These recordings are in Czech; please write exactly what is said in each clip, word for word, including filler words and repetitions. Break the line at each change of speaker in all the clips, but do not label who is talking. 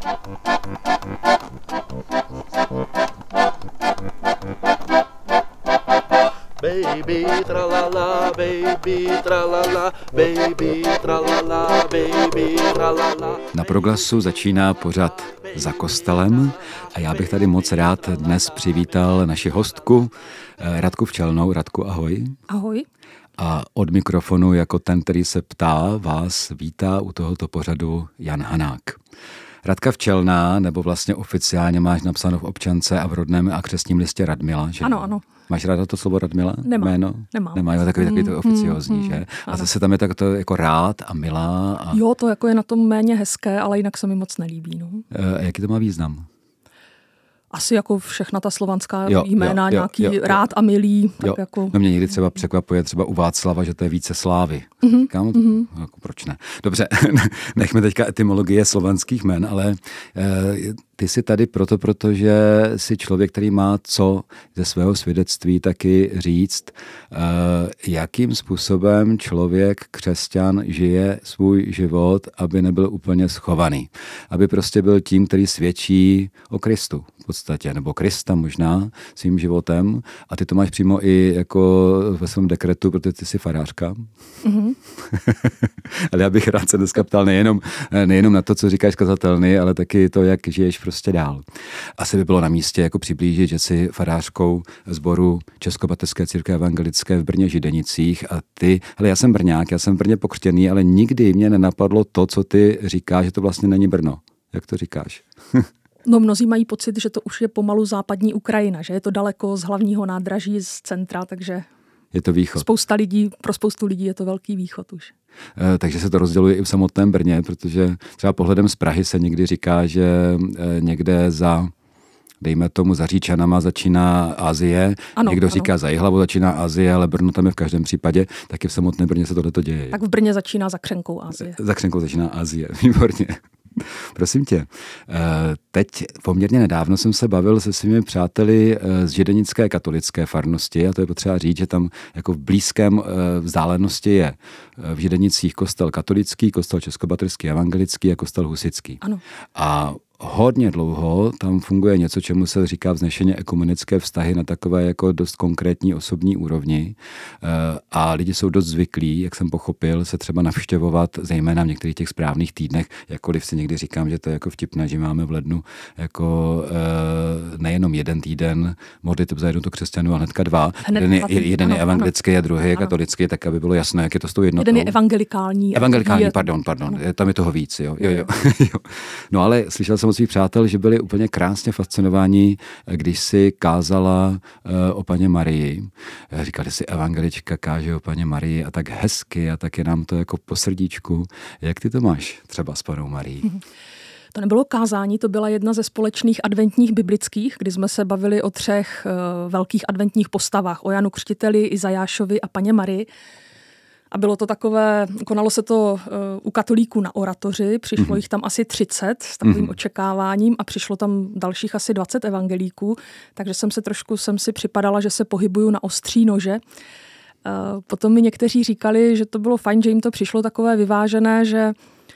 Baby tralala, baby tralala, baby tralala, baby tralala.
Na Proglasu začíná pořad Za kostelem a já bych tady moc rád dnes přivítal naši hostku Radku Včelnou. Radku, ahoj.
Ahoj.
A od mikrofonu jako ten, který se ptá, vás vítá u tohoto pořadu Jan Hanák. Radka Včelná, nebo vlastně oficiálně máš napsáno v občance a v rodném a křestním listě Radmila, že?
Ano, ano.
Máš ráda to slovo Radmila?
Nemám.
Jméno?
Nemám.
Nemá, jo, takový, takový to oficiózní,
mm,
že?
Mm,
a zase tam je tak to jako rád a milá. A...
Jo, to jako je na tom méně hezké, ale jinak se mi moc nelíbí. No.
E, jaký to má význam?
Asi jako všechna ta slovanská
jo,
jména,
jo,
nějaký
jo, jo,
rád a milý. Tak
jo.
jako...
No mě někdy třeba překvapuje třeba u Václava, že to je více slávy.
Mm-hmm.
Říkám,
mm-hmm.
jako proč ne? Dobře, nechme teďka etymologie slovanských jmen, ale e, ty jsi tady proto, protože jsi člověk, který má co ze svého svědectví taky říct, e, jakým způsobem člověk, křesťan, žije svůj život, aby nebyl úplně schovaný. Aby prostě byl tím, který svědčí o Kristu v podstatě, nebo Krista možná svým životem. A ty to máš přímo i jako ve svém dekretu, protože ty jsi farářka. Mm-hmm. Ale já bych rád se dneska ptal nejenom, nejenom na to, co říkáš kazatelny, ale taky to, jak žiješ prostě dál. Asi by bylo na místě jako přiblížit, že jsi farářkou sboru Českobratrské církve evangelické v Brně Židenicích a ty, hele, já jsem Brňák, já jsem v Brně pokřtěný, ale nikdy mě nenapadlo to, co ty říkáš, že to vlastně není Brno. Jak to říkáš?
No mnozí mají pocit, že to už je pomalu západní Ukrajina, že je to daleko z hlavního nádraží, z centra, takže
je to východ.
Spousta lidí, pro spoustu lidí je to velký východ už.
E, takže se to rozděluje i v samotném Brně, protože třeba pohledem z Prahy se někdy říká, že e, někde za, dejme tomu, za Říčanama začíná Asie, ano, někdo ano. říká za Jihlavou začíná Asie, ale Brno tam je v každém případě, taky v samotném Brně se tohleto děje.
Tak v Brně začíná za Křenkou Asie.
Za Křenkou začíná Asie, výborně. Prosím tě, teď poměrně nedávno jsem se bavil se svými přáteli z židenické katolické farnosti a to je potřeba říct, že tam jako v blízkém vzdálenosti je v Židenicích kostel katolický, kostel českobratrský evangelický a kostel husitský.
Ano.
A hodně dlouho tam funguje něco, čemu se říká vznešeně ekumenické vztahy na takové jako dost konkrétní osobní úrovni a lidi jsou dost zvyklí, jak jsem pochopil, se třeba navštěvovat, zejména v některých těch správných týdnech, jakkoliv si někdy říkám, že to je jako vtipné, že máme v lednu jako nejenom jeden týden modliteb za jednotu křesťanů, ale hnedka dva. Hned jeden je, jeden je evangelický ano. a druhý je katolický, tak aby bylo jasné, jak je to s tou jednotou.
Jeden je evangelikální.
Evangelikální, je... pardon, pardon, ano. Tam je toho víc, jo. jo, jo. jo. No ale slyšel jsem od svých přátel, že byli úplně krásně fascinováni, když si kázala uh, o Paně Marii. Říkali si, evangelička káže o Paně Marii a tak hezky a tak je nám to jako po srdíčku. Jak ty to máš třeba s Panou Marií?
To nebylo kázání, to byla jedna ze společných adventních biblických, kdy jsme se bavili o třech uh, velkých adventních postavách, o Janu Křtiteli, Izajášovi a Paně Marii. A bylo to takové, konalo se to uh, u katolíků na oratoři, přišlo mm-hmm. jich tam asi třicet s takovým mm-hmm. očekáváním a přišlo tam dalších asi dvacet evangelíků, takže jsem se trošku, jsem si připadala, že se pohybuju na ostří nože. Uh, potom mi někteří říkali, že to bylo fajn, že jim to přišlo takové vyvážené, že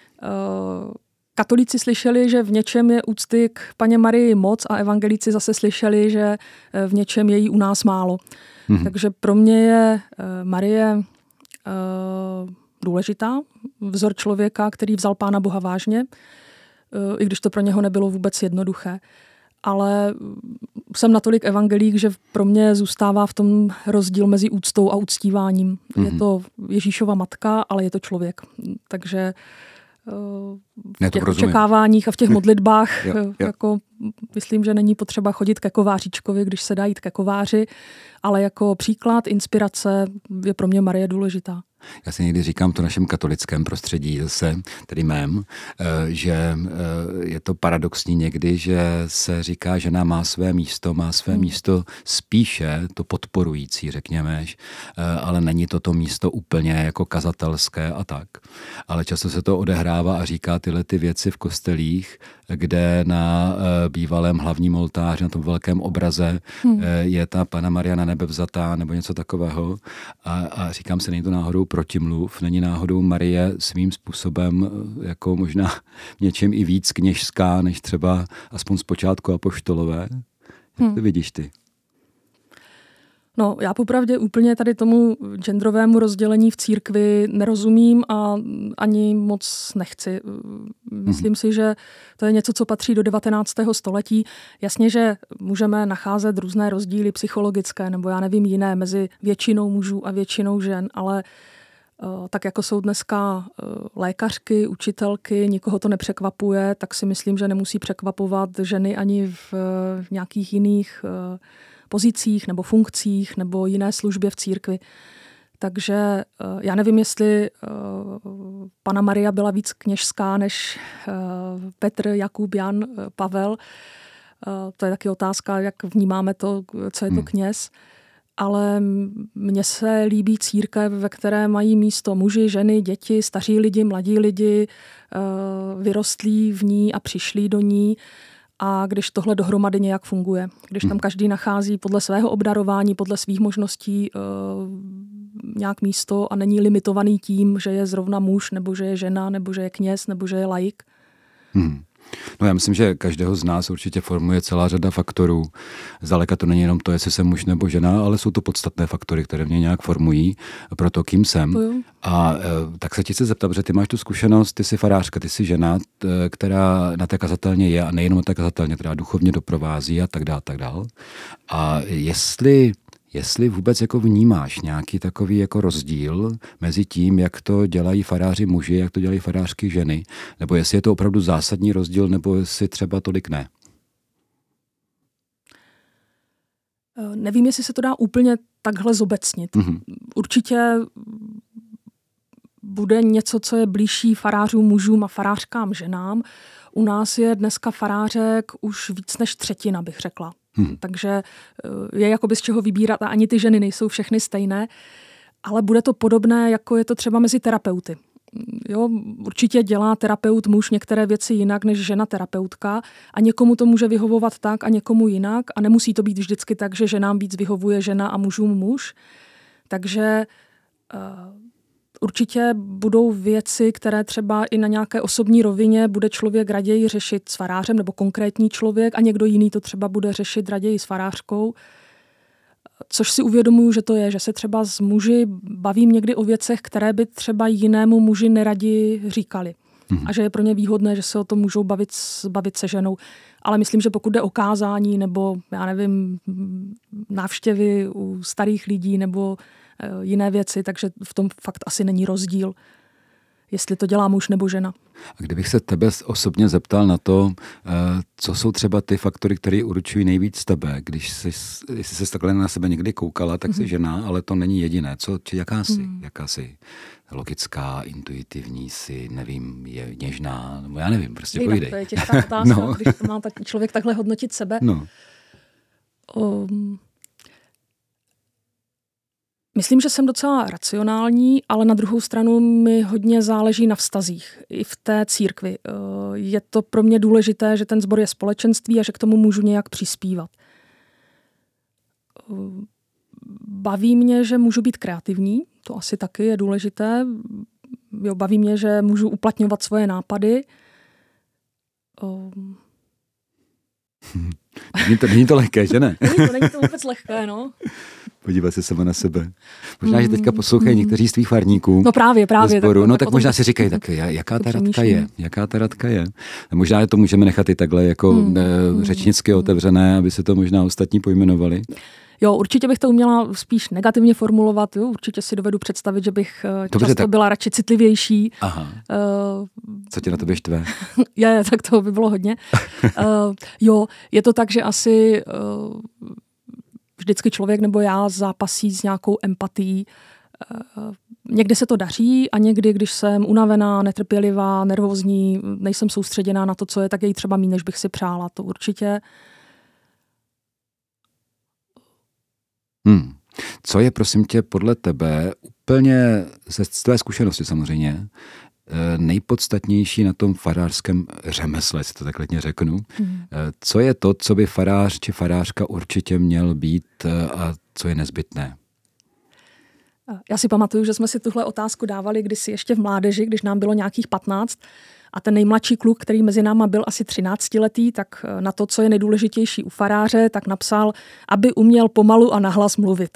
uh, katolíci slyšeli, že v něčem je úcty k Paně Marii moc a evangelíci zase slyšeli, že v něčem je jí u nás málo. Mm-hmm. Takže pro mě je uh, Marie Uh, důležitá, vzor člověka, který vzal Pána Boha vážně, uh, i když to pro něho nebylo vůbec jednoduché. Ale jsem natolik evangelík, že pro mě zůstává v tom rozdíl mezi úctou a uctíváním. Mm-hmm. Je to Ježíšova matka, ale je to člověk. Takže uh, v těch očekáváních a v těch modlitbách jo, jo. Jako, myslím, že není potřeba chodit ke kováříčkovi, když se dá jít ke kováři, ale jako příklad, inspirace je pro mě Marie důležitá.
Já si někdy říkám v tom našem katolickém prostředí zase, tedy mém, že je to paradoxní někdy, že se říká, že žena má své místo, má své hmm. místo spíše to podporující, řekněme, ale není to to místo úplně jako kazatelské a tak. Ale často se to odehrává a říká tyhle ty věci v kostelích, kde na bývalém hlavním oltáři, na tom velkém obraze hmm. je ta Panna Maria na nebe vzatá nebo něco takového a, a říkám si, není to náhodou protimluv? Není náhodou Marie svým způsobem jako možná něčem i víc kněžská, než třeba aspoň zpočátku apoštolové? Jak to vidíš ty?
No, já popravdě úplně tady tomu genderovému rozdělení v církvi nerozumím a ani moc nechci. Myslím mm-hmm. si, že to je něco, co patří do devatenáctého století. Jasně, že můžeme nacházet různé rozdíly psychologické nebo já nevím jiné mezi většinou mužů a většinou žen, ale tak jako jsou dneska lékařky, učitelky, nikoho to nepřekvapuje, tak si myslím, že nemusí překvapovat ženy ani v nějakých jiných pozicích nebo funkcích nebo jiné službě v církvi. Takže já nevím, jestli Panna Maria byla víc kněžská než Petr, Jakub, Jan, Pavel. To je taky otázka, jak vnímáme to, co je to kněz. Ale mně se líbí církev, ve které mají místo muži, ženy, děti, staří lidi, mladí lidi, vyrostlí v ní a přišli do ní. A když tohle dohromady nějak funguje, když tam každý nachází podle svého obdarování, podle svých možností uh, nějak místo a není limitovaný tím, že je zrovna muž, nebo že je žena, nebo že je kněz, nebo že je laik.
Hmm. No já myslím, že každého z nás určitě formuje celá řada faktorů. Zdaleka to není jenom to, jestli jsem muž nebo žena, ale jsou to podstatné faktory, které mě nějak formují pro to, kým jsem. A tak se ti chci zeptat, že ty máš tu zkušenost, ty jsi farářka, ty jsi žena, která na té kazatelně je a nejenom na té kazatelně, která duchovně doprovází a tak dále, tak dále. A jestli Jestli vůbec jako vnímáš nějaký takový jako rozdíl mezi tím, jak to dělají faráři muži, jak to dělají farářky ženy, nebo jestli je to opravdu zásadní rozdíl, nebo jestli třeba tolik ne?
Nevím, jestli se to dá úplně takhle zobecnit. Mm-hmm. Určitě bude něco, co je blížší farářům mužům a farářkám ženám. U nás je dneska farářek už víc než třetina, bych řekla. Hmm. Takže je jakoby z čeho vybírat a ani ty ženy nejsou všechny stejné, ale bude to podobné, jako je to třeba mezi terapeuty. Jo, určitě dělá terapeut muž některé věci jinak než žena terapeutka a někomu to může vyhovovat tak a někomu jinak a nemusí to být vždycky tak, že ženám víc vyhovuje žena a mužům muž. Takže uh, určitě budou věci, které třeba i na nějaké osobní rovině bude člověk raději řešit s farářem nebo konkrétní člověk a někdo jiný to třeba bude řešit raději s farářkou. Což si uvědomuju, že to je, že se třeba s muži bavím někdy o věcech, které by třeba jinému muži neradi říkali. Mm-hmm. A že je pro ně výhodné, že se o tom můžou bavit, bavit se ženou. Ale myslím, že pokud jde o kázání nebo, já nevím, návštěvy u starých lidí nebo jiné věci, takže v tom fakt asi není rozdíl, jestli to dělá muž nebo žena.
A kdybych se tebe osobně zeptal na to, co jsou třeba ty faktory, které určují nejvíc tebe, když jsi, jestli jsi takhle na sebe někdy koukala, tak jsi mm-hmm. žena, ale to není jediné. Co, či jaká jsi? Mm. Jaká jsi? Logická, intuitivní jsi, nevím, je něžná, nebo já nevím, prostě povídej.
To je těžká otázka, no. Když má tak, člověk takhle hodnotit sebe.
No.
Um, Myslím, že jsem docela racionální, ale na druhou stranu mi hodně záleží na vztazích i v té církvi. Je to pro mě důležité, že ten sbor je společenství a že k tomu můžu nějak přispívat. Baví mě, že můžu být kreativní, to asi taky je důležité. Jo, baví mě, že můžu uplatňovat svoje nápady.
Není to, není to lehké, že ne?
Není to, není to vůbec lehké, no.
Podívej se sama na sebe. Možná, že teďka poslouchají mm. někteří z tvých farníků.
No právě, právě.
Tak, no tak, tak možná si říkají, tak jaká ta radka je? Jaká ta radka je? A možná to můžeme nechat i takhle jako mm. řečnicky otevřené, aby se to možná ostatní pojmenovali.
Jo, určitě bych to uměla spíš negativně formulovat. Jo, určitě si dovedu představit, že bych Dobře, často tak... byla radši citlivější.
Aha. Uh, Co tě na tobě štve?
je, tak to by bylo hodně. uh, jo, je to tak, že asi uh, vždycky člověk nebo já zápasí s nějakou empatií. Uh, někdy se to daří a někdy, když jsem unavená, netrpělivá, nervózní, nejsem soustředěná na to, co je, tak je jí třeba méně, než bych si přála. To určitě.
Hmm. Co je, prosím tě, podle tebe úplně ze tvé zkušenosti samozřejmě nejpodstatnější na tom farářském řemesle, si to takhle řeknu? Hmm. Co je to, co by farář či farářka určitě měl být a co je nezbytné?
Já si pamatuju, že jsme si tuhle otázku dávali kdysi ještě v mládeži, když nám bylo nějakých patnáct a ten nejmladší kluk, který mezi náma byl asi třináctiletý, tak na to, co je nejdůležitější u faráře, tak napsal, aby uměl pomalu a nahlas mluvit.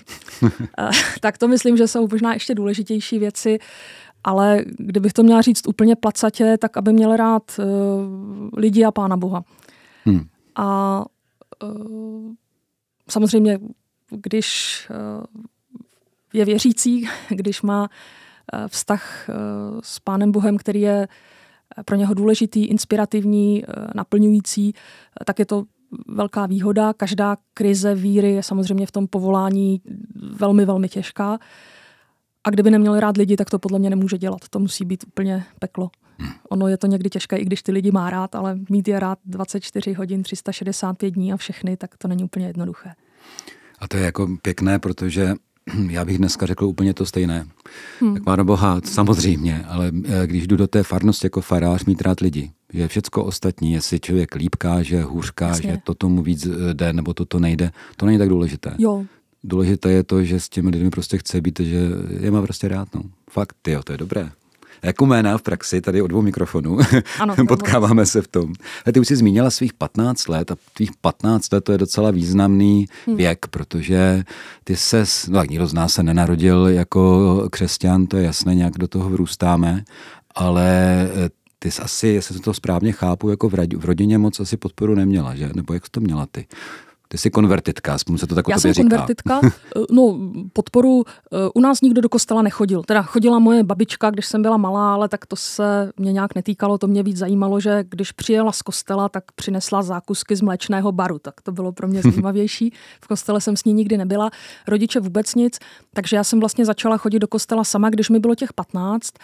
Tak to myslím, že jsou možná ještě důležitější věci, ale kdybych to měla říct úplně placatě, tak aby měl rád uh, lidi a Pána Boha. Hmm. A uh, samozřejmě, když uh, je věřící, když má uh, vztah uh, s Pánem Bohem, který je pro něho důležitý, inspirativní, uh, naplňující, uh, tak je to velká výhoda. Každá krize víry je samozřejmě v tom povolání velmi, velmi těžká. A kdyby neměl rád lidi, tak to podle mě nemůže dělat. To musí být úplně peklo. Ono je to někdy těžké, i když ty lidi má rád, ale mít je rád dvacet čtyři hodin, tři sta šedesát pět dní a všechny, tak to není úplně jednoduché.
A to je jako pěkné, protože já bych dneska řekl úplně to stejné. Hmm. Tak Pána Boha, samozřejmě, ale když jdu do té farnosti jako farář, mít rád lidi. Že všecko ostatní, jestli člověk líp káže, hůř káže, že to tomu víc jde, nebo toto nejde, to není tak důležité.
Jo.
Důležité je to, že s těmi lidmi prostě chce být, že je má prostě rád. No. Fakt, jo, to je dobré. Ekuména v praxi, tady od dvou mikrofonů, ano, potkáváme se v tom. A ty už jsi zmínila svých patnáct let a tvých patnáct let to je docela významný hmm. věk, protože ty ses, no nikdo z nás se nenarodil jako křesťan, to je jasné, nějak do toho vrůstáme, ale ty jsi asi, jestli to správně chápu, jako v rodině moc asi podporu neměla, že? Nebo jak jsi to měla ty? Ty jsi konvertitka, aspoň se to tak o tobě říká.
Já jsem konvertitka. No, podporu u nás nikdo do kostela nechodil. Teda chodila moje babička, když jsem byla malá, ale tak to se mě nějak netýkalo. To mě víc zajímalo, že když přijela z kostela, tak přinesla zákusky z mléčného baru. Tak to bylo pro mě zajímavější. V kostele jsem s ní nikdy nebyla. Rodiče vůbec nic. Takže já jsem vlastně začala chodit do kostela sama, když mi bylo těch patnáct.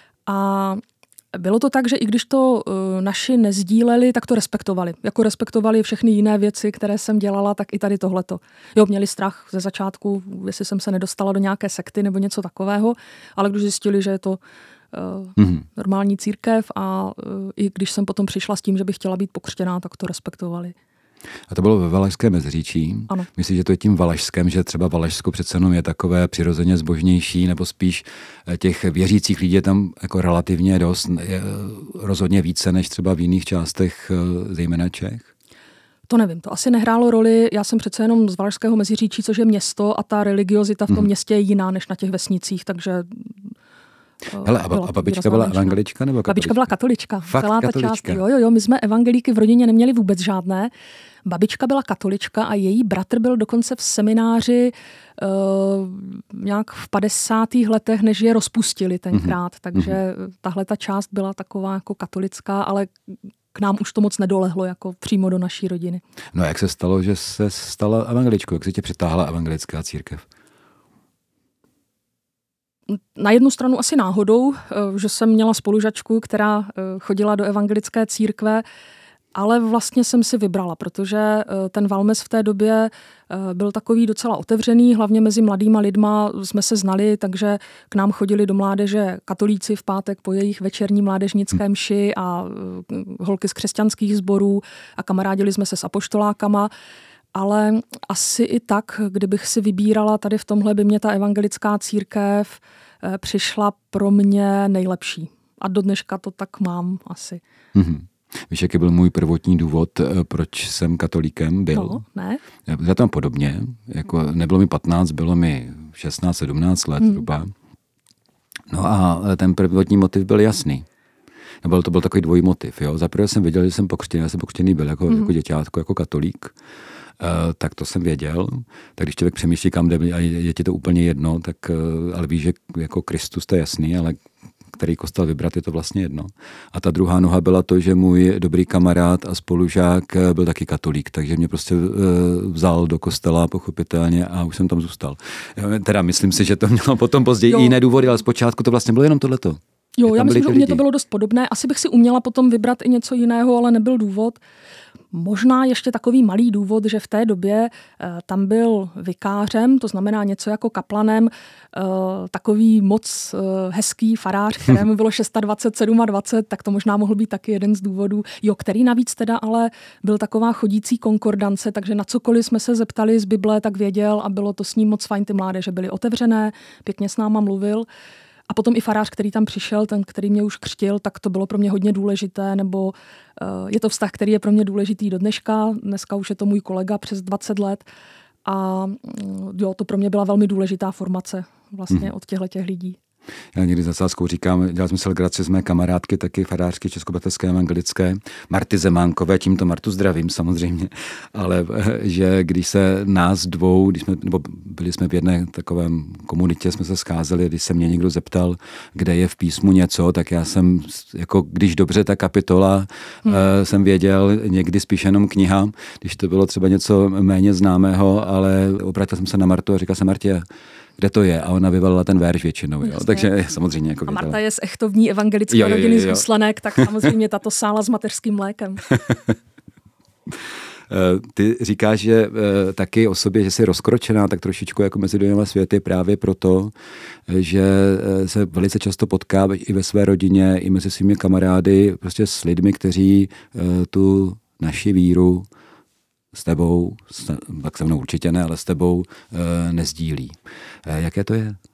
A bylo to tak, že i když to uh, naši nezdíleli, tak to respektovali. Jako respektovali všechny jiné věci, které jsem dělala, tak i tady tohleto. Jo, měli strach ze začátku, jestli jsem se nedostala do nějaké sekty nebo něco takového, ale když zjistili, že je to uh, mm-hmm. normální církev a uh, i když jsem potom přišla s tím, že bych chtěla být pokřtěná, tak to respektovali.
A to bylo ve Valašském Meziříčí.
Ano.
Myslím, že to je tím Valašském, že třeba Valašsko přece jenom je takové přirozeně zbožnější, nebo spíš těch věřících lidí je tam jako relativně dost, rozhodně více než třeba v jiných částech, zejména Čech?
To nevím, to asi nehrálo roli. Já jsem přece jenom z Valašského Meziříčí, což je město a ta religiozita v tom mm. městě je jiná než na těch vesnicích, takže...
Hele, a, a babička byla evangelička nebo katolička?
Babička byla katolička.
Fakt
celá ta
katolička.
Část, jo, jo, jo, my jsme evangelíky v rodině neměli vůbec žádné. Babička byla katolička a její bratr byl dokonce v semináři uh, nějak v padesátých letech, než je rozpustili tenkrát. Mm-hmm. Takže mm-hmm. tahle ta část byla taková jako katolická, ale k nám už to moc nedolehlo jako přímo do naší rodiny.
No a jak se stalo, že se stala evangeličkou? Jak se tě přitáhla evangelická církev?
Na jednu stranu asi náhodou, že jsem měla spolužačku, která chodila do evangelické církve, ale vlastně jsem si vybrala, protože ten Valmes v té době byl takový docela otevřený, hlavně mezi mladýma lidma jsme se znali, takže k nám chodili do mládeže katolíci v pátek po jejich večerní mládežnické mši a holky z křesťanských sborů a kamarádili jsme se s apoštolákama. Ale asi i tak, kdybych si vybírala tady v tomhle, by mě ta evangelická církev přišla pro mě nejlepší. A do dneška to tak mám asi. Mm-hmm.
Víš, jaký byl můj prvotní důvod, proč jsem katolíkem byl?
No, ne.
Já tam podobně. Jako nebylo mi patnáct, bylo mi šestnáct sedmnáct let zhruba. Hmm. No a ten prvotní motiv byl jasný. Byl to byl takový dvojí motiv. Jo. Zaprvé jsem věděl, že jsem pokřtěný. Já jsem pokřtěný byl jako, hmm. jako děťátko, jako katolík. Uh, tak to jsem věděl. Tak když člověk přemýšlí, kam jde a je, je ti to úplně jedno, tak, uh, ale víš, že jako Kristus to je jasný, ale který kostel vybrat, je to vlastně jedno. A ta druhá noha byla to, že můj dobrý kamarád a spolužák byl taky katolík, takže mě prostě uh, vzal do kostela pochopitelně a už jsem tam zůstal. Teda myslím si, že to mělo potom později jo. i jiné důvody, ale zpočátku to vlastně bylo jenom tohleto.
Jo, já myslím, že u mě to bylo dost podobné. Asi bych si uměla potom vybrat i něco jiného, ale nebyl důvod. Možná ještě takový malý důvod, že v té době tam byl vikářem, to znamená něco jako kaplanem, takový moc hezký farář, kterému bylo dvacet šest, dvacet sedm, tak to možná mohl být taky jeden z důvodů. Jo, který navíc teda ale byl taková chodící konkordance, takže na cokoliv jsme se zeptali z Bible, tak věděl a bylo to s ním moc fajn, ty mládeže byly otevřené, pěkně s náma mluvil. A potom i farář, který tam přišel, ten, který mě už křtil, tak to bylo pro mě hodně důležité, nebo uh, je to vztah, který je pro mě důležitý do dneška. Dneska už je to můj kolega přes dvacet let a jo, to pro mě byla velmi důležitá formace vlastně hmm. od těchto těch lidí.
Já někdy za sázkou říkám, dělal jsem si legraci z mé kamarádky, taky farářky českobratrské evangelické, Marty Zemánkové, tímto Martu zdravím samozřejmě, ale že když se nás dvou, když jsme, nebo byli jsme v jedné takovém komunitě, jsme se scházeli, když se mě někdo zeptal, kde je v písmu něco, tak já jsem, jako když dobře ta kapitola, hmm. uh, jsem věděl, někdy spíš jenom knihám, když to bylo třeba něco méně známého, ale obrátil jsem se na Martu a říkal jsem Martě, kde to je? A ona vyvalila ten verš většinou. Jo. Takže samozřejmě jako
a Marta věděla. Je z echtovní evangelické jo, jo, rodiny jo, jo. z Huslanek, tak samozřejmě tato sála s mateřským mlékem.
Ty říkáš, že taky o sobě, že jsi rozkročená tak trošičku jako mezi dvěma světy právě proto, že se velice často potká i ve své rodině, i mezi svými kamarády, prostě s lidmi, kteří tu naši víru s tebou, tak se mnou určitě ne, ale s tebou e, nezdílí. E, jaké to je?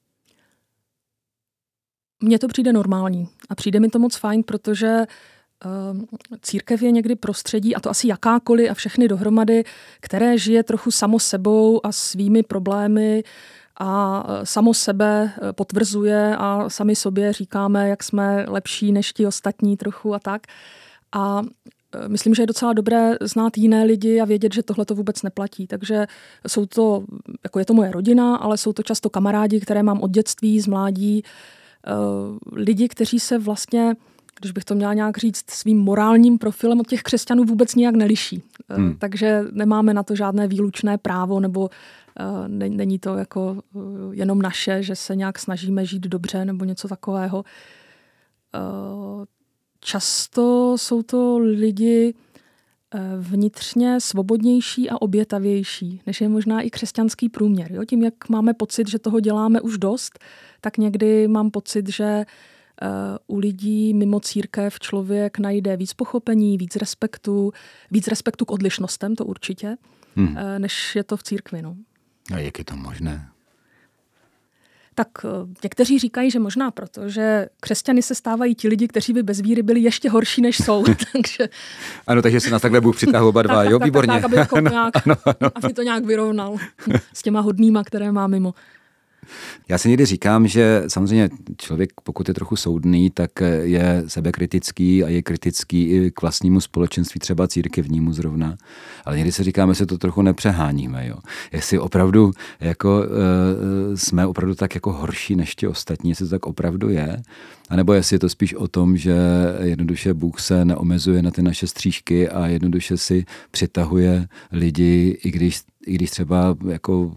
Mně to přijde normální a přijde mi to moc fajn, protože e, církev je někdy prostředí, a to asi jakákoliv a všechny dohromady, které žije trochu samo sebou a svými problémy a samo sebe potvrzuje a sami sobě říkáme, jak jsme lepší než ti ostatní trochu a tak. A myslím, že je docela dobré znát jiné lidi a vědět, že tohle to vůbec neplatí. Takže jsou to, jako je to moje rodina, ale jsou to často kamarádi, které mám od dětství, z mládí. Lidi, kteří se vlastně, když bych to měla nějak říct, svým morálním profilem od těch křesťanů vůbec nijak neliší. Hmm. Takže nemáme na to žádné výlučné právo, nebo není to jako jenom naše, že se nějak snažíme žít dobře, nebo něco takového. Často jsou to lidi vnitřně svobodnější a obětavější, než je možná i křesťanský průměr. Jo? Tím, jak máme pocit, že toho děláme už dost, tak někdy mám pocit, že u lidí mimo církev člověk najde víc pochopení, víc respektu, víc respektu k odlišnostem, to určitě, hmm. než je to v církvi. No.
A jak je to možné?
Tak někteří říkají, že možná proto, že křesťany se stávají ti lidi, kteří by bez víry byli ještě horší, než jsou. takže...
Ano, takže se nás takhle Bůh přitáhl oba dva,
tak,
jo,
tak,
výborně.
Tak, tak, aby, jako ano, nějak, ano, ano. aby to nějak vyrovnal s těma hodnýma, které má mimo.
Já si někdy říkám, že samozřejmě člověk, pokud je trochu soudný, tak je sebekritický a je kritický i k vlastnímu společenství, třeba církevnímu zrovna. Ale někdy se říkáme, že to trochu nepřeháníme. Jo. Jestli opravdu jako, e, jsme opravdu tak jako horší než ti ostatní, jestli to tak opravdu je, anebo jestli je to spíš o tom, že jednoduše Bůh se neomezuje na ty naše střížky a jednoduše si přitahuje lidi, i když, i když třeba jako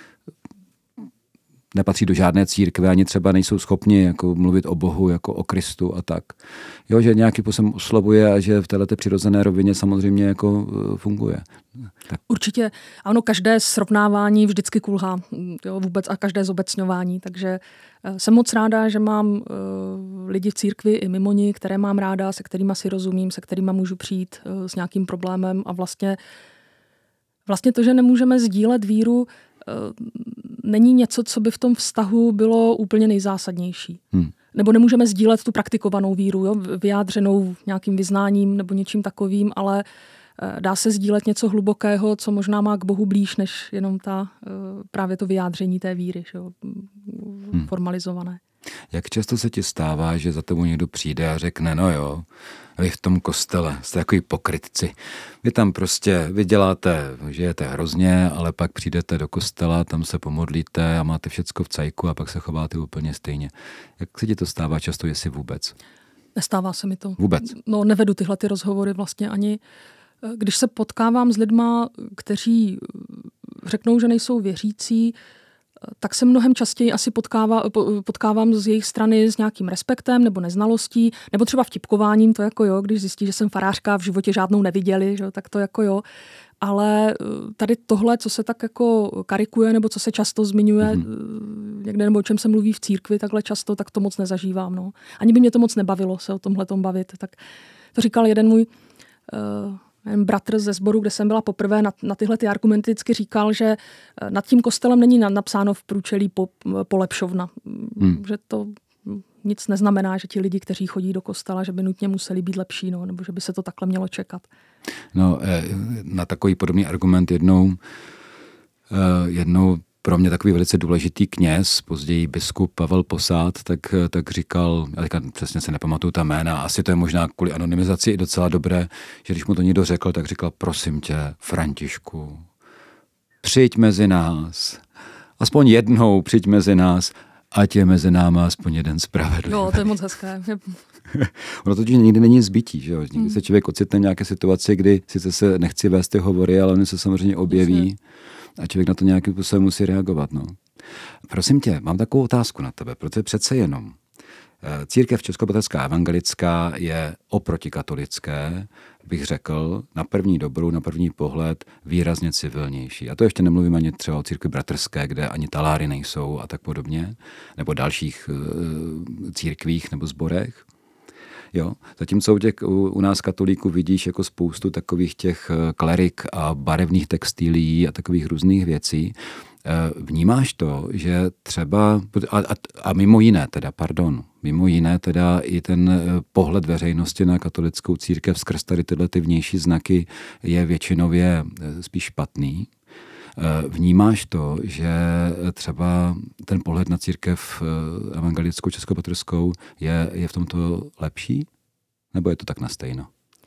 nepatří do žádné církve, ani třeba nejsou schopni jako mluvit o Bohu, jako o Kristu a tak. Jo, že nějaký způsobem oslovuje a že v této přirozené rovině samozřejmě jako funguje. Tak.
Určitě. Ano, každé srovnávání vždycky kulhá, jo, vůbec a každé zobecňování, takže jsem moc ráda, že mám uh, lidi v církvi i mimo ní, které mám ráda, se kterýma si rozumím, se kterýma můžu přijít uh, s nějakým problémem a vlastně vlastně to, že nemůžeme sdílet víru, není něco, co by v tom vztahu bylo úplně nejzásadnější. Hmm. Nebo nemůžeme sdílet tu praktikovanou víru, jo, vyjádřenou nějakým vyznáním nebo něčím takovým, ale dá se sdílet něco hlubokého, co možná má k Bohu blíž, než jenom ta, právě to vyjádření té víry, jo, hmm. formalizované.
Jak často se ti stává, že za tebou někdo přijde a řekne, no jo, vy v tom kostele jste takový pokrytci. Vy tam prostě, vy děláte, žijete hrozně, ale pak přijdete do kostela, tam se pomodlíte a máte všecko v cajku a pak se chováte úplně stejně. Jak se ti to stává často, jestli vůbec?
Nestává se mi to.
Vůbec?
No, nevedu tyhle ty rozhovory vlastně ani. Když se potkávám s lidma, kteří řeknou, že nejsou věřící, tak se mnohem častěji asi potkává, potkávám z jejich strany s nějakým respektem nebo neznalostí, nebo třeba vtipkováním, to jako jo, když zjistí, že jsem farářka, v životě žádnou neviděli, že, tak to jako jo. Ale tady tohle, co se tak jako karikuje, nebo co se často zmiňuje mm-hmm. někde, nebo o čem se mluví v církvi takhle často, tak to moc nezažívám. No. Ani by mě to moc nebavilo se o tomhletom bavit. Tak to říkal jeden můj uh, bratr ze sboru, kde jsem byla poprvé, na, na tyhle ty argumenty vždycky říkal, že nad tím kostelem není napsáno v průčelí po, polepšovna. Hmm. Že to nic neznamená, že ti lidi, kteří chodí do kostela, že by nutně museli být lepší, no, nebo že by se to takhle mělo čekat.
No, na takový podobný argument jednou, jednou pro mě takový velice důležitý kněz, později biskup Pavel Posát, tak, tak říkal, já teďka přesně se nepamatuju ta jména, asi to je možná kvůli anonymizaci i docela dobré, že když mu to někdo řekl, tak říkal, prosím tě, Františku, přijď mezi nás, aspoň jednou přijď mezi nás, ať je mezi náma aspoň jeden spravedlivý.
Jo, to je moc hezké.
Ono totiž nikdy není zbytí, že jo? Někdy hmm. se člověk ocitne v nějaké situaci, kdy sice se nechci vést ty hovory, ale oni se samozřejmě objeví a člověk na to nějakým způsobem musí reagovat. No. Prosím tě, mám takovou otázku na tebe, protože přece jenom církev českobratrské evangelická je oproti katolické, bych řekl, na první dobrou, na první pohled výrazně civilnější. A to ještě nemluvím ani třeba o církvi bratrské, kde ani taláry nejsou a tak podobně, nebo dalších uh, církvích nebo sborech. Jo, zatímco u, těch, u, u nás katolíků vidíš jako spoustu takových těch klerik a barevných textilií a takových různých věcí. Vnímáš to, že třeba, a, a, a mimo jiné teda, pardon, mimo jiné teda i ten pohled veřejnosti na katolickou církev skrz tady tyhle ty vnější znaky je většinově spíš špatný. Vnímáš to, že třeba ten pohled na církev evangelickou českopatrskou je, je v tomto lepší? Nebo je to tak nastejno?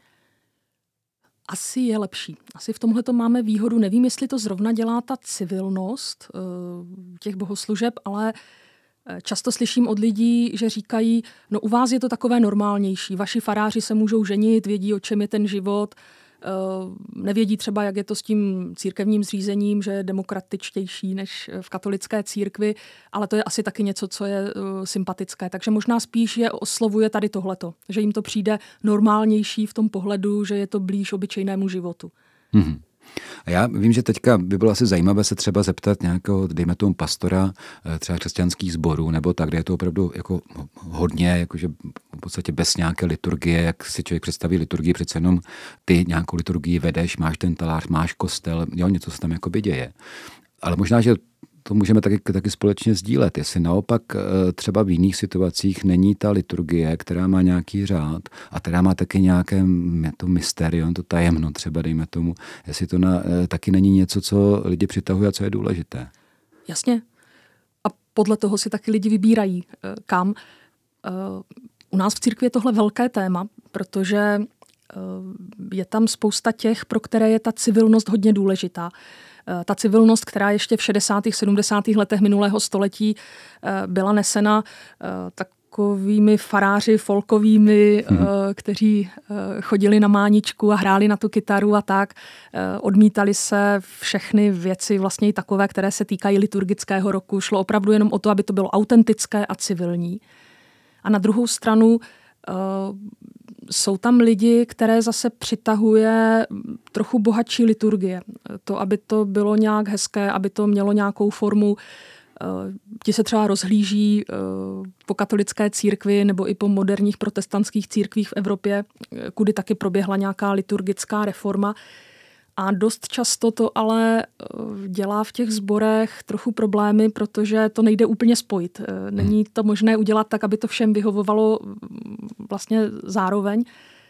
Asi je lepší. Asi v tomhle to máme výhodu. Nevím, jestli to zrovna dělá ta civilnost těch bohoslužeb, ale často slyším od lidí, že říkají, no u vás je to takové normálnější. Vaši faráři se můžou ženit, vědí, o čem je ten život, nevědí třeba, jak je to s tím církevním zřízením, že je demokratičtější než v katolické církvi, ale to je asi taky něco, co je sympatické. Takže možná spíš je oslovuje tady tohleto, že jim to přijde normálnější v tom pohledu, že je to blíž obyčejnému životu.
Mm-hmm. A já vím, že teďka by bylo asi zajímavé se třeba zeptat nějakého, dejme tomu pastora třeba křesťanských sborů, nebo tak, kde je to opravdu jako hodně, jakože v podstatě bez nějaké liturgie, jak si člověk představí liturgii, přece jenom ty nějakou liturgii vedeš, máš ten talář, máš kostel, jo, něco se tam jakoby děje. Ale možná, že to můžeme taky, taky společně sdílet. Jestli naopak třeba v jiných situacích není ta liturgie, která má nějaký řád a která má taky nějaké to mysterium, to tajemno třeba, dejme tomu, jestli to na, taky není něco, co lidi přitahuje a co je důležité.
Jasně. A podle toho si taky lidi vybírají, kam. U nás v církvi je tohle velké téma, protože je tam spousta těch, pro které je ta civilnost hodně důležitá. Ta civilnost, která ještě v šedesátých sedmdesátých letech minulého století byla nesena takovými faráři folkovými, hmm. kteří chodili na máničku a hráli na tu kytaru a tak. Odmítali se všechny věci vlastně i takové, které se týkají liturgického roku. Šlo opravdu jenom o to, aby to bylo autentické a civilní. A na druhou stranu Uh, jsou tam lidi, které zase přitahuje trochu bohatší liturgie. To, aby to bylo nějak hezké, aby to mělo nějakou formu. Uh, ti se třeba rozhlíží uh, po katolické církvi nebo i po moderních protestantských církvích v Evropě, kudy taky proběhla nějaká liturgická reforma. A dost často to ale dělá v těch sborech trochu problémy, protože to nejde úplně spojit. Není to možné udělat tak, aby to všem vyhovovalo vlastně zároveň.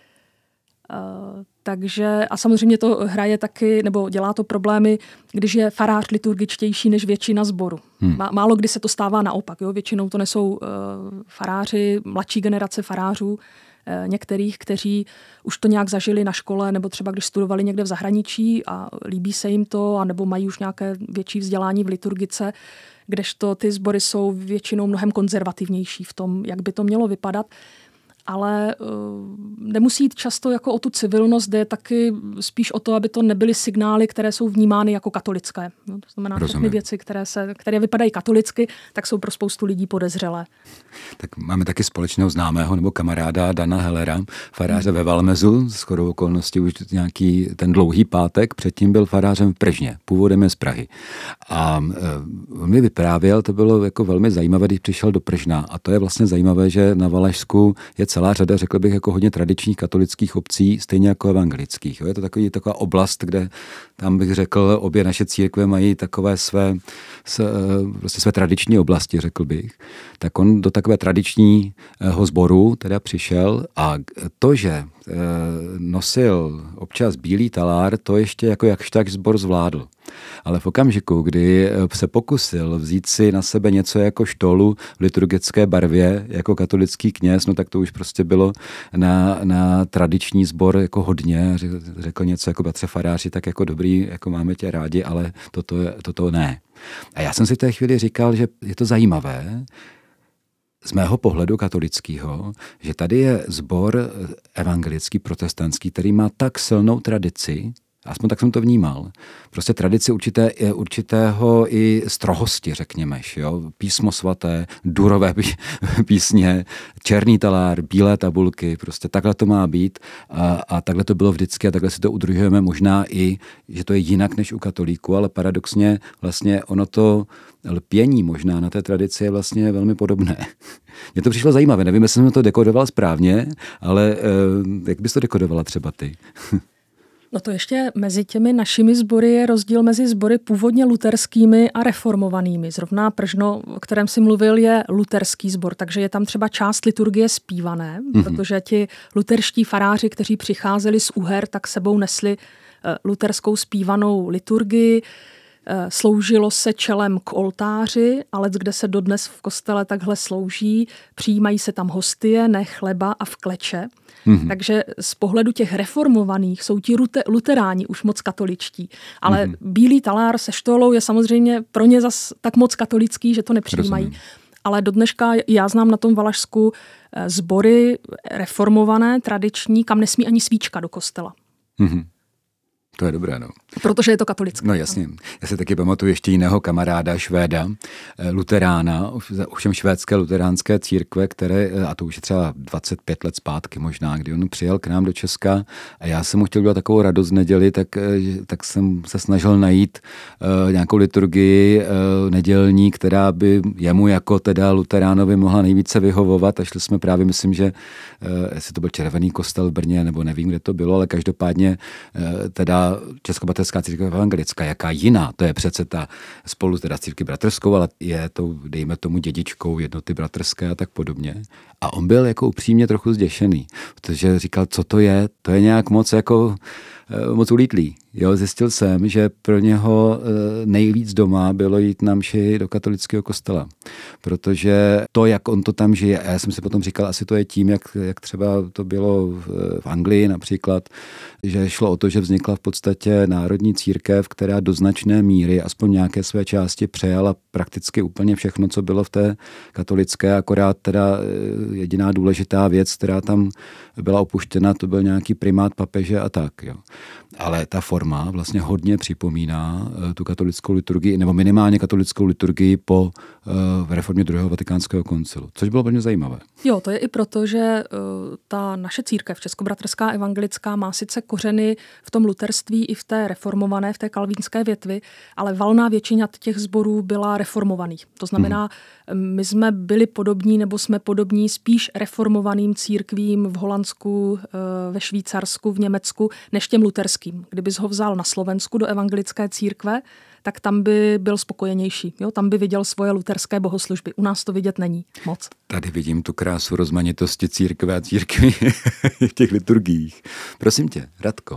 Takže a samozřejmě to hraje taky, nebo dělá to problémy, když je farář liturgičtější než většina sboru. Hmm. Málo kdy se to stává naopak. Jo? Většinou to nesou faráři, mladší generace farářů, některých, kteří už to nějak zažili na škole, nebo třeba když studovali někde v zahraničí a líbí se jim to, anebo mají už nějaké větší vzdělání v liturgice, kdežto ty sbory jsou většinou mnohem konzervativnější v tom, jak by to mělo vypadat. ale uh, nemusí jít často jako o tu civilnost, jde taky spíš o to, aby to nebyly signály, které jsou vnímány jako katolické. No, to znamená, všechny věci, které, se, které vypadají katolicky, tak jsou pro spoustu lidí podezřelé.
Tak máme taky společného známého nebo kamaráda Dana Hellera, faráře hmm. ve Valmezu, shodou okolností už nějaký ten dlouhý pátek, předtím byl farářem v Pržně, původem je z Prahy. A on mi vyprávěl, to bylo jako velmi zajímavé, když přišel do Pržna. A to je vlastně zajímavé, že na Valašsku je celá řada, řekl bych, jako hodně tradičních katolických obcí, stejně jako evangelických. Jo. Je to takový, taková oblast, kde tam bych řekl, obě naše církve mají takové své, prostě své tradiční oblasti, řekl bych. Tak on do takové tradičního sboru teda přišel a to, že nosil občas bílý talár, to ještě jako jakž tak sbor zvládl. Ale v okamžiku, kdy se pokusil vzít si na sebe něco jako štolu v liturgické barvě, jako katolický kněz, no tak to už prostě bylo na, na tradiční sbor jako hodně. Řekl něco jako bratře faráři, tak jako dobrý, jako máme tě rádi, ale toto, toto ne. A já jsem si v té chvíli říkal, že je to zajímavé, z mého pohledu katolického, že tady je sbor evangelický, protestantský, který má tak silnou tradici, aspoň tak jsem to vnímal, prostě tradici určité, určitého i strohosti, řekněme, jo? Písmo svaté, durové písně, černý talár, bílé tabulky, prostě takhle to má být a, a takhle to bylo vždycky a takhle si to udržujeme, možná i, že to je jinak než u katolíků, ale paradoxně vlastně ono to lpění možná na té tradici je vlastně velmi podobné. Mně to přišlo zajímavé, nevím, jestli jsem to dekodoval správně, ale eh, jak bys to dekodovala třeba ty?
No to ještě mezi těmi našimi sbory je rozdíl mezi sbory původně luterskými a reformovanými. Zrovna Pržno, o kterém si mluvil, je luterský sbor, takže je tam třeba část liturgie zpívané, mm-hmm. protože ti luterští faráři, kteří přicházeli z Uher, tak sebou nesli luterskou zpívanou liturgii. Sloužilo se čelem k oltáři, ale kde se dodnes v kostele takhle slouží, přijímají se tam hostie, ne chleba a v kleče. Mm-hmm. Takže z pohledu těch reformovaných jsou ti luteráni už moc katoličtí. Ale mm-hmm. bílý talár se štolou je samozřejmě pro ně zas tak moc katolický, že to nepřijímají. Rozumím. Ale do dneška já znám na tom Valašsku sbory reformované, tradiční, kam nesmí ani svíčka do kostela.
Mm-hmm. To je dobré, no.
Protože je to katolické.
No jasně. Já se taky pamatuju ještě jiného kamaráda, Švéda, luterána, ovšem švédské luteránské církve, které, a to už je třeba dvacet pět let zpátky možná, kdy on přijel k nám do Česka a já jsem mu chtěl dělat takovou radost v neděli, tak, tak jsem se snažil najít uh, nějakou liturgii uh, nedělní, která by jemu jako teda luteránovi mohla nejvíce vyhovovat a šli jsme právě, myslím, že uh, jestli to byl Červený kostel v Brně, nebo nevím, kde to bylo, ale každopádně uh, teda Českobraterská církev evangelická, jaká jiná, to je přece ta spolu teda s církví bratrskou, ale je to, dejme tomu, dědičkou jednoty bratrské a tak podobně. A on byl jako upřímně trochu zděšený, protože říkal, co to je, to je nějak moc jako moc ulítlý. Jo, zjistil jsem, že pro něho nejvíc doma bylo jít na mši do katolického kostela. Protože to, jak on to tam žije, a já jsem si potom říkal, asi to je tím, jak, jak třeba to bylo v Anglii například, že šlo o to, že vznikla v podstatě národní církev, která do značné míry, aspoň nějaké své části, přejala prakticky úplně všechno, co bylo v té katolické, akorát teda jediná důležitá věc, která tam byla opuštěna, to byl nějaký primát papeže a tak. Jo. Ale ta forma vlastně hodně připomíná tu katolickou liturgii, nebo minimálně katolickou liturgii po uh, reformě druhého vatikánského koncilu, což bylo velmi zajímavé.
Jo, to je i proto, že uh, ta naše církev, Českobratrská evangelická, má sice kořeny v tom luterství i v té reformované, v té kalvínské větvi, ale valná většina těch sborů byla reformovaných. To znamená, hmm. my jsme byli podobní, nebo jsme podobní spíš reformovaným církvím v Holandsku, uh, ve Švýcarsku, v Německu, než těm luterským. Kdybys ho vzal na Slovensku do evangelické církve, tak tam by byl spokojenější. Jo? Tam by viděl svoje luterské bohoslužby. U nás to vidět není moc.
Tady vidím tu krásu rozmanitosti církve a církví v těch liturgiích. Prosím tě, Radko,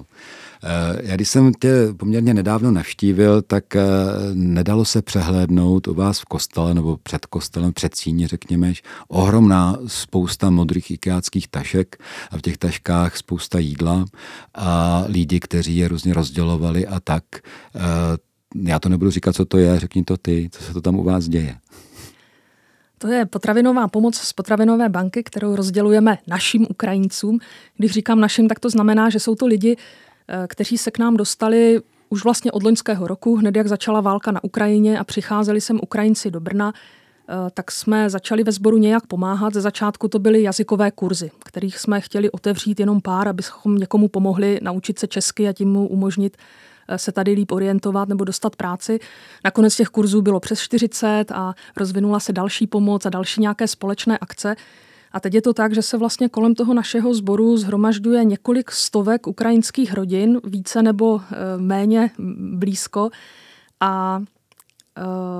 já když jsem tě poměrně nedávno navštívil, tak nedalo se přehlédnout u vás v kostele nebo před kostelem, před síní, řekněme, ohromná spousta modrých ikeáckých tašek a v těch taškách spousta jídla a lidi, kteří je různě rozdělovali a tak. Já to nebudu říkat, co to je, řekni to ty, co se to tam u vás děje.
To je potravinová pomoc z potravinové banky, kterou rozdělujeme našim Ukrajincům. Když říkám našim, tak to znamená, že jsou to lidi, kteří se k nám dostali už vlastně od loňského roku, hned jak začala válka na Ukrajině a přicházeli sem Ukrajinci do Brna, tak jsme začali ve sboru nějak pomáhat. Ze začátku to byly jazykové kurzy, kterých jsme chtěli otevřít jenom pár, abychom někomu pomohli naučit se česky a tím mu umožnit se tady líp orientovat nebo dostat práci. Nakonec těch kurzů bylo přes čtyřicet a rozvinula se další pomoc a další nějaké společné akce. A teď je to tak, že se vlastně kolem toho našeho sboru shromažďuje několik stovek ukrajinských rodin, více nebo e, méně blízko. A e,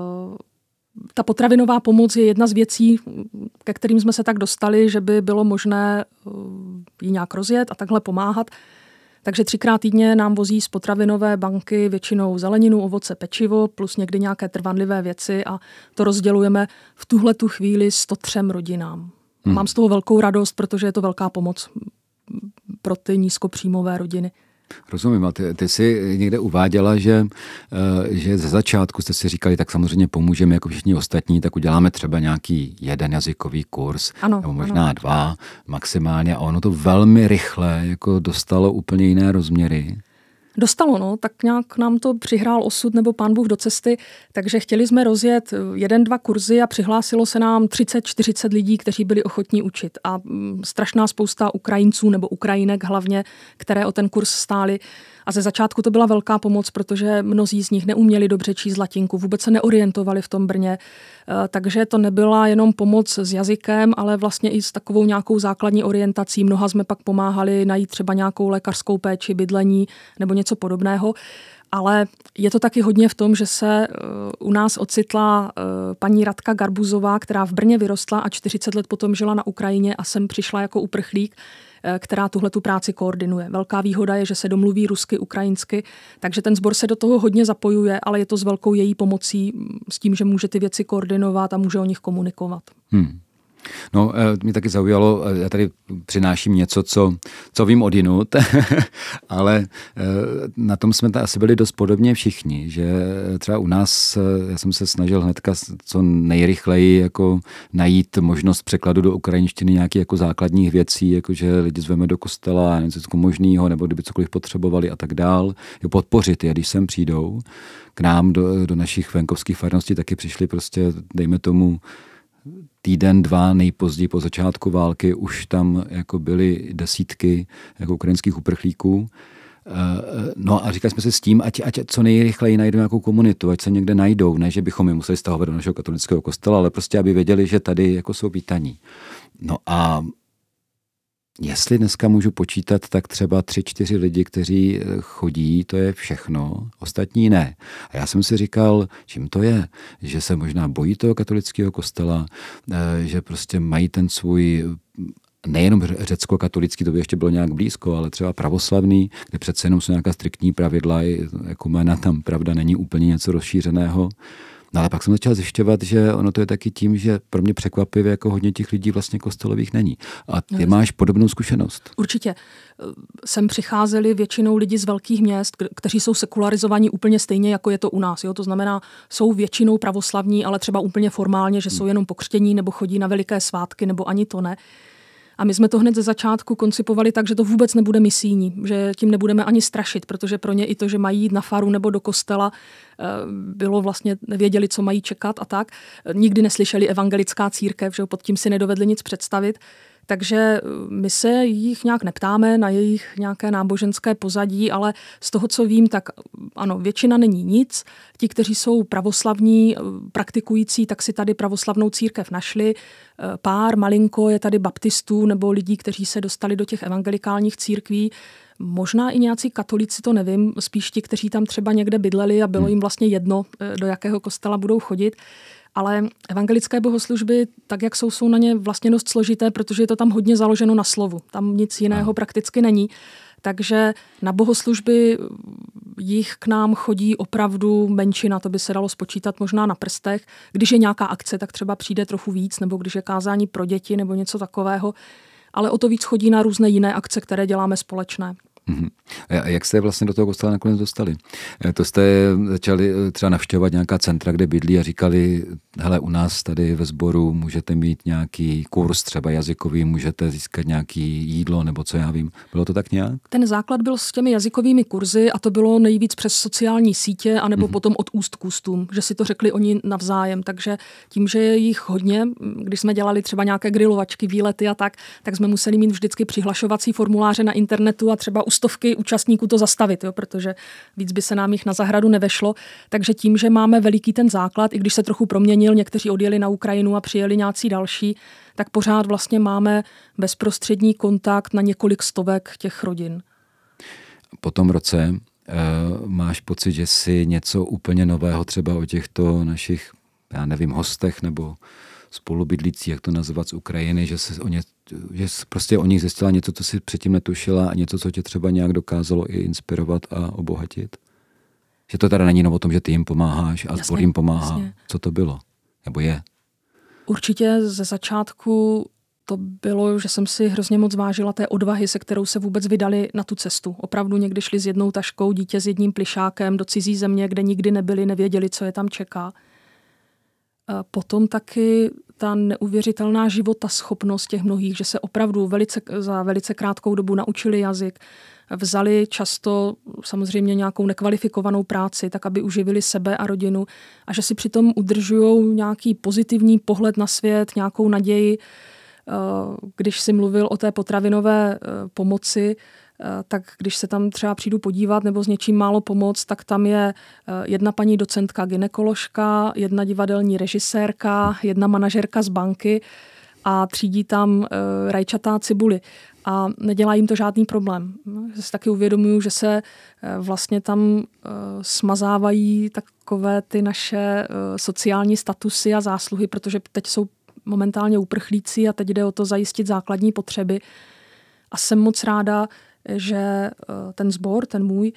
ta potravinová pomoc je jedna z věcí, ke kterým jsme se tak dostali, že by bylo možné ji nějak rozjet a takhle pomáhat. Takže třikrát týdně nám vozí z potravinové banky většinou zeleninu, ovoce, pečivo, plus někdy nějaké trvanlivé věci a to rozdělujeme v tuhle tu chvíli sto třem rodinám. Hmm. Mám z toho velkou radost, protože je to velká pomoc pro ty nízkopříjmové rodiny.
Rozumím, a ty, ty jsi někde uváděla, že, že ze začátku jste si říkali, tak samozřejmě pomůžeme jako všichni ostatní, tak uděláme třeba nějaký jeden jazykový kurz,
ano,
nebo možná
ano.
dva maximálně a ono to velmi rychle jako dostalo úplně jiné rozměry.
Dostalo, no, tak nějak nám to přihrál osud nebo pán Bůh do cesty, takže chtěli jsme rozjet jeden, dva kurzy a přihlásilo se nám třicet čtyřicet lidí, kteří byli ochotní učit a strašná spousta Ukrajinců nebo Ukrajinek hlavně, které o ten kurz stáli. A ze začátku to byla velká pomoc, protože mnozí z nich neuměli dobře číst latinku, vůbec se neorientovali v tom Brně, takže to nebyla jenom pomoc s jazykem, ale vlastně i s takovou nějakou základní orientací. Mnoha jsme pak pomáhali najít třeba nějakou lékařskou péči, bydlení nebo něco podobného. Ale je to taky hodně v tom, že se u nás ocitla paní Radka Garbuzová, která v Brně vyrostla a čtyřicet let potom žila na Ukrajině a sem přišla jako uprchlík, která tuhle tu práci koordinuje. Velká výhoda je, že se domluví rusky, ukrajinsky, takže ten sbor se do toho hodně zapojuje, ale je to s velkou její pomocí s tím, že může ty věci koordinovat a může o nich komunikovat.
Hmm. No, mě taky zaujalo, já tady přináším něco, co, co vím odinut, ale na tom jsme asi byli dost podobně všichni, že třeba u nás, já jsem se snažil hnedka co nejrychleji jako najít možnost překladu do ukrajinštiny nějakých jako základních věcí, jako že lidi zveme do kostela, něco možného, nebo kdyby cokoliv potřebovali a tak dál, jo, podpořit je, když sem přijdou. K nám do, do našich venkovských farností taky přišli prostě, dejme tomu, týden, dva nejpozději po začátku války už tam jako byly desítky jako ukrajinských uprchlíků. No a říkali jsme si s tím, ať, ať co nejrychleji najdou nějakou komunitu, ať se někde najdou, ne, že bychom je museli stahovat do našeho katolického kostela, ale prostě, aby věděli, že tady jako jsou vítaní. No a jestli dneska můžu počítat, tak třeba tři, čtyři lidi, kteří chodí, to je všechno, ostatní ne. A já jsem si říkal, čím to je, že se možná bojí toho katolického kostela, že prostě mají ten svůj nejenom řecko-katolický, to by ještě bylo nějak blízko, ale třeba pravoslavný, kde přece jenom jsou nějaká striktní pravidla, jako jména tam pravda není úplně něco rozšířeného. No ale pak jsem začal zjišťovat, že ono to je taky tím, že pro mě překvapivě jako hodně těch lidí vlastně kostelových není. A ty no, máš podobnou zkušenost.
Určitě. Sem přicházeli většinou lidi z velkých měst, kteří jsou sekularizovaní úplně stejně, jako je to u nás. Jo? To znamená, jsou většinou pravoslavní, ale třeba úplně formálně, že jsou jenom pokřtění nebo chodí na veliké svátky, nebo ani to ne. A my jsme to hned ze začátku koncipovali tak, že to vůbec nebude misijní, že tím nebudeme ani strašit, protože pro ně i to, že mají jít na faru nebo do kostela, bylo vlastně, nevěděli, co mají čekat a tak. Nikdy neslyšeli evangelická církev, že pod tím si nedovedli nic představit. Takže my se jich nějak neptáme na jejich nějaké náboženské pozadí, ale z toho, co vím, tak ano, většina není nic. Ti, kteří jsou pravoslavní, praktikující, tak si tady pravoslavnou církev našli. Pár, malinko je tady baptistů nebo lidí, kteří se dostali do těch evangelikálních církví. Možná i nějací katolíci, to nevím, spíš ti, kteří tam třeba někde bydleli a bylo jim vlastně jedno, do jakého kostela budou chodit. Ale evangelické bohoslužby, tak jak jsou, jsou na ně vlastně dost složité, protože je to tam hodně založeno na slovu. Tam nic jiného prakticky není. Takže na bohoslužby jich k nám chodí opravdu menšina, to by se dalo spočítat možná na prstech. Když je nějaká akce, tak třeba přijde trochu víc, nebo když je kázání pro děti nebo něco takového. Ale o to víc chodí na různé jiné akce, které děláme společné.
Mm-hmm. A jak jste vlastně do toho kostela nakonec dostali? To jste začali třeba navštěvovat nějaká centra, kde bydlí a říkali, hele, u nás tady ve sboru můžete mít nějaký kurz třeba jazykový, můžete získat nějaký jídlo nebo co já vím. Bylo to tak nějak?
Ten základ byl s těmi jazykovými kurzy a to bylo nejvíc přes sociální sítě anebo mm-hmm. potom od úst k ústům, že si to řekli oni navzájem. Takže tím, že je jich hodně, když jsme dělali třeba nějaké grilovačky, výlety a tak, tak jsme museli mít vždycky přihlašovací formuláře na internetu a třeba u stovky účastníků to zastavit, jo, protože víc by se nám jich na zahradu nevešlo. Takže tím, že máme veliký ten základ, i když se trochu proměnil, někteří odjeli na Ukrajinu a přijeli nějací další, tak pořád vlastně máme bezprostřední kontakt na několik stovek těch rodin.
Po tom roce uh, máš pocit, že si něco úplně nového třeba o těchto našich, já nevím, hostech nebo spolubydlící, jak to nazvat, z Ukrajiny, že se o ně, že prostě o nich zjistila něco, co si předtím netušila a něco, co tě třeba nějak dokázalo i inspirovat a obohatit? Že to teda není jenom o tom, že ty jim pomáháš a sbor jim pomáhá. Jasně. Co to bylo? Nebo je?
Určitě ze začátku to bylo, že jsem si hrozně moc vážila té odvahy, se kterou se vůbec vydali na tu cestu. Opravdu někdy šli s jednou taškou, dítě s jedním plišákem do cizí země, kde nikdy nebyli, nevěděli, co je tam čeká. A potom taky ta neuvěřitelná životaschopnost těch mnohých, že se opravdu velice, za velice krátkou dobu naučili jazyk, vzali často samozřejmě nějakou nekvalifikovanou práci, tak aby uživili sebe a rodinu a že si přitom udržují nějaký pozitivní pohled na svět, nějakou naději. Když si mluvil o té potravinové pomoci, tak když se tam třeba přijdu podívat nebo s něčím málo pomoct, tak tam je jedna paní docentka gynekoložka, jedna divadelní režisérka, jedna manažerka z banky a třídí tam rajčatá cibuli. A nedělá jim to žádný problém. Já si taky uvědomuju, že se vlastně tam smazávají takové ty naše sociální statusy a zásluhy, protože teď jsou momentálně uprchlíci a teď jde o to zajistit základní potřeby. A jsem moc ráda, že ten sbor, ten můj,